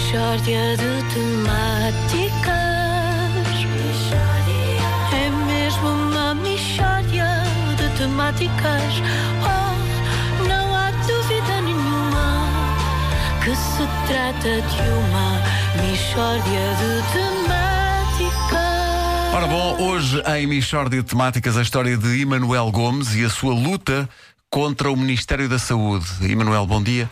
Mixórdia de temáticas. É mesmo uma mixórdia de temáticas. Oh, não há dúvida nenhuma que se trata de uma mixórdia de temáticas. Ora bom, hoje em Mixórdia de Temáticas a história de Emanuel Gomes e a sua luta contra o Ministério da Saúde. Emanuel, bom dia.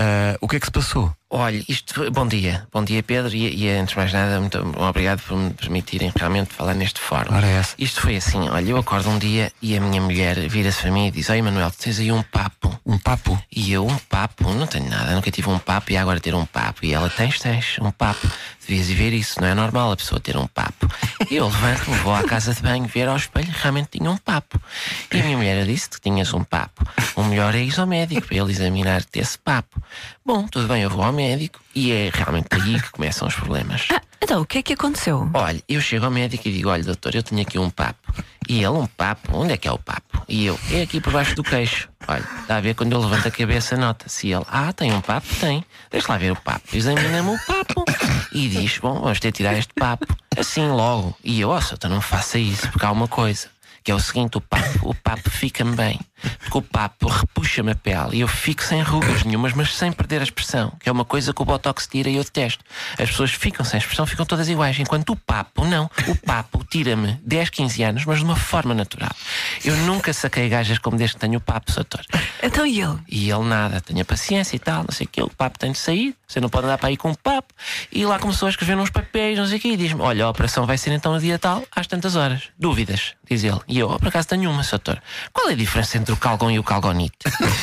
O que é que se passou? Olha, isto foi... Bom dia, Pedro, e antes de mais nada, muito obrigado por me permitirem realmente falar neste fórum. Ora é essa. Isto foi assim, olha, eu acordo um dia e a minha mulher vira-se para mim e diz: "Oi, Emanuel, tens aí um papo?" Um papo? E eu, um papo? Não tenho nada, nunca tive um papo e agora ter um papo. E ela, tens um papo. Devias ir ver isso, não é normal a pessoa ter um papo. E eu levanto-me, vou à casa de banho ver ao espelho e realmente tinha um papo. E a minha mulher disse que tinhas um papo. O melhor é ir ao médico para ele examinar-te esse papo. Bom, tudo bem, eu vou ao médico e é realmente aí que começam os problemas. Então, o que é que aconteceu? Olha, eu chego ao médico e digo: olha, doutor, eu tenho aqui um papo. E ele, um papo? Onde é que é o papo? E eu, é aqui por baixo do queixo. Olha, está a ver, quando eu levanto a cabeça, nota-se. E ele, tem um papo? Tem. Deixa lá ver o papo. Examina-me o papo e diz: bom, vamos ter de tirar este papo assim logo. E eu, então não faça isso, porque há uma coisa, que é o seguinte: o papo fica-me bem, porque o papo repuxa-me a pele e eu fico sem rugas nenhumas, mas sem perder a expressão, que é uma coisa que o Botox tira e eu detesto. As pessoas ficam sem expressão, ficam todas iguais, enquanto o papo, não. O papo tira-me 10, 15 anos, mas de uma forma natural. Eu nunca saquei gajas como desde que tenho o papo, doutor. Então e ele? E ele nada, tenha paciência e tal, não sei o que, o papo tem de sair, você não pode andar para aí com o papo. E lá começou a escrever nos papéis, não sei o que, e diz-me: olha, a operação vai ser então no dia tal, às tantas horas. Dúvidas? Diz ele. E eu, por acaso tenho uma, doutor. Qual é a diferença entre o Calgon e o Calgonite?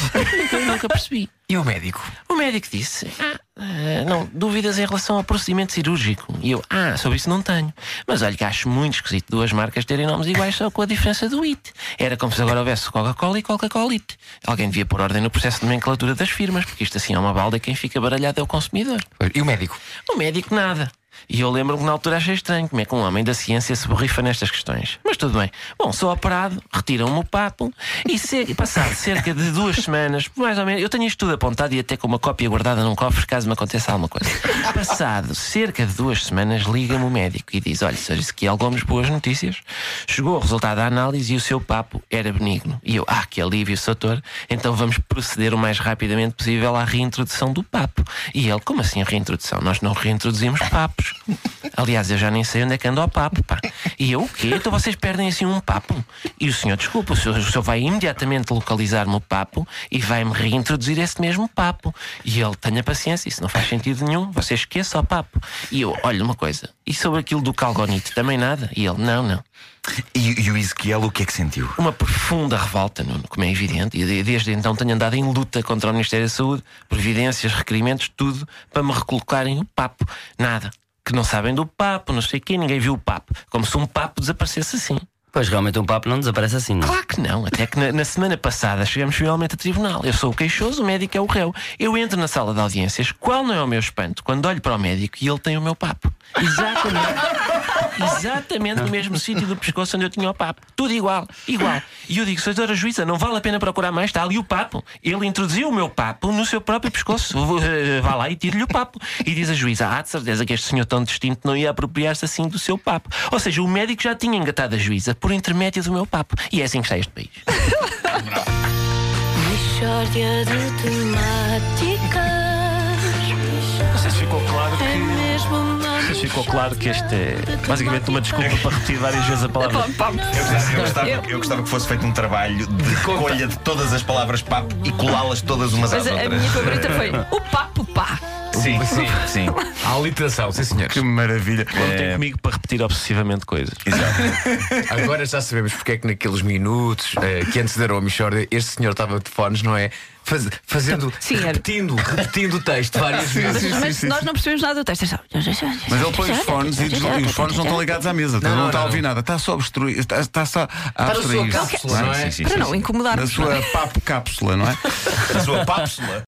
Eu nunca percebi. E o médico? O médico disse: não, dúvidas em relação ao procedimento cirúrgico. E eu, sobre isso não tenho. Mas olha que acho muito esquisito duas marcas terem nomes iguais só com a diferença do IT. Era como se agora houvesse Coca-Cola e Coca-Cola-IT. Alguém devia pôr ordem no processo de nomenclatura das firmas, porque isto assim é uma balda e quem fica baralhado é o consumidor. E o médico? O médico nada. E eu lembro-me que na altura achei estranho como é que um homem da ciência se borrifa nestas questões. Mas tudo bem. Bom, sou operado, retiram-me o papo e passado cerca de 2 semanas, mais ou menos, eu tenho isto tudo apontado e até com uma cópia guardada num cofre caso me aconteça alguma coisa. Passado cerca de 2 semanas, liga-me o médico e diz: olha, Sr. Ezequiel Gomes, boas notícias. Chegou o resultado da análise e o seu papo era benigno. E eu, que alívio, doutor. Então vamos proceder o mais rapidamente possível à reintrodução do papo. E ele: como assim a reintrodução? Nós não reintroduzimos papos. Aliás, eu já nem sei onde é que anda o papo, pá. E eu, o quê? Então vocês perdem assim um papo? E o senhor, desculpa, o senhor vai imediatamente localizar-me o papo e vai-me reintroduzir esse mesmo papo. E ele: tenha paciência, isso não faz sentido nenhum, você esqueça o papo. E eu, olha uma coisa, e sobre aquilo do Calgonite, também nada? E ele: não. E o Ezequiel, o que é que sentiu? Uma profunda revolta, Nuno, como é evidente. E desde então tenho andado em luta contra o Ministério da Saúde, providências, requerimentos, tudo, para me recolocarem o papo. Nada. Que não sabem do papo, não sei o quê, ninguém viu o papo. Como se um papo desaparecesse assim. Pois realmente um papo não desaparece assim, não? Claro que não, até que na semana passada chegamos finalmente a tribunal. Eu sou o queixoso, o médico é o réu. Eu entro na sala de audiências, qual não é o meu espanto quando olho para o médico e ele tem o meu papo? Exatamente no mesmo sítio do pescoço onde eu tinha o papo. Tudo igual. E eu digo: senhora juíza, não vale a pena procurar mais, está ali o papo. Ele introduziu o meu papo no seu próprio pescoço. Vá lá e tire-lhe o papo. E diz a juíza: de certeza que este senhor tão distinto não ia apropriar-se assim do seu papo. Ou seja, o médico já tinha engatado a juíza por intermédio do meu papo. E é assim que está este país. Mixórdia de temáticas. Não sei se ficou claro É que. mesmo uma Ficou claro que este é basicamente uma desculpa para repetir várias vezes a palavra. Eu gostava que fosse feito um trabalho de recolha de todas as palavras papo e colá-las todas umas às Mas a outras. minha favorita foi o papo pá. Sim. Há aliteração, sim senhores. Que maravilha. Contem comigo para repetir obsessivamente coisas. Exato. Agora já sabemos porque é que naqueles minutos que antecederam a Mixórdia este senhor estava de fones, não é? Fazendo, Sim, era. repetindo o texto várias vezes. Mas nós não percebemos nada do texto. Mas ele põe os fones e os fones não estão ligados à mesa. Não está a ouvir nada. Está só a obstruir. Está só a Para a sua abstrair-se. cápsula, não é? Sim. Para não incomodar. Na sua papo cápsula, não é? A sua pápsula.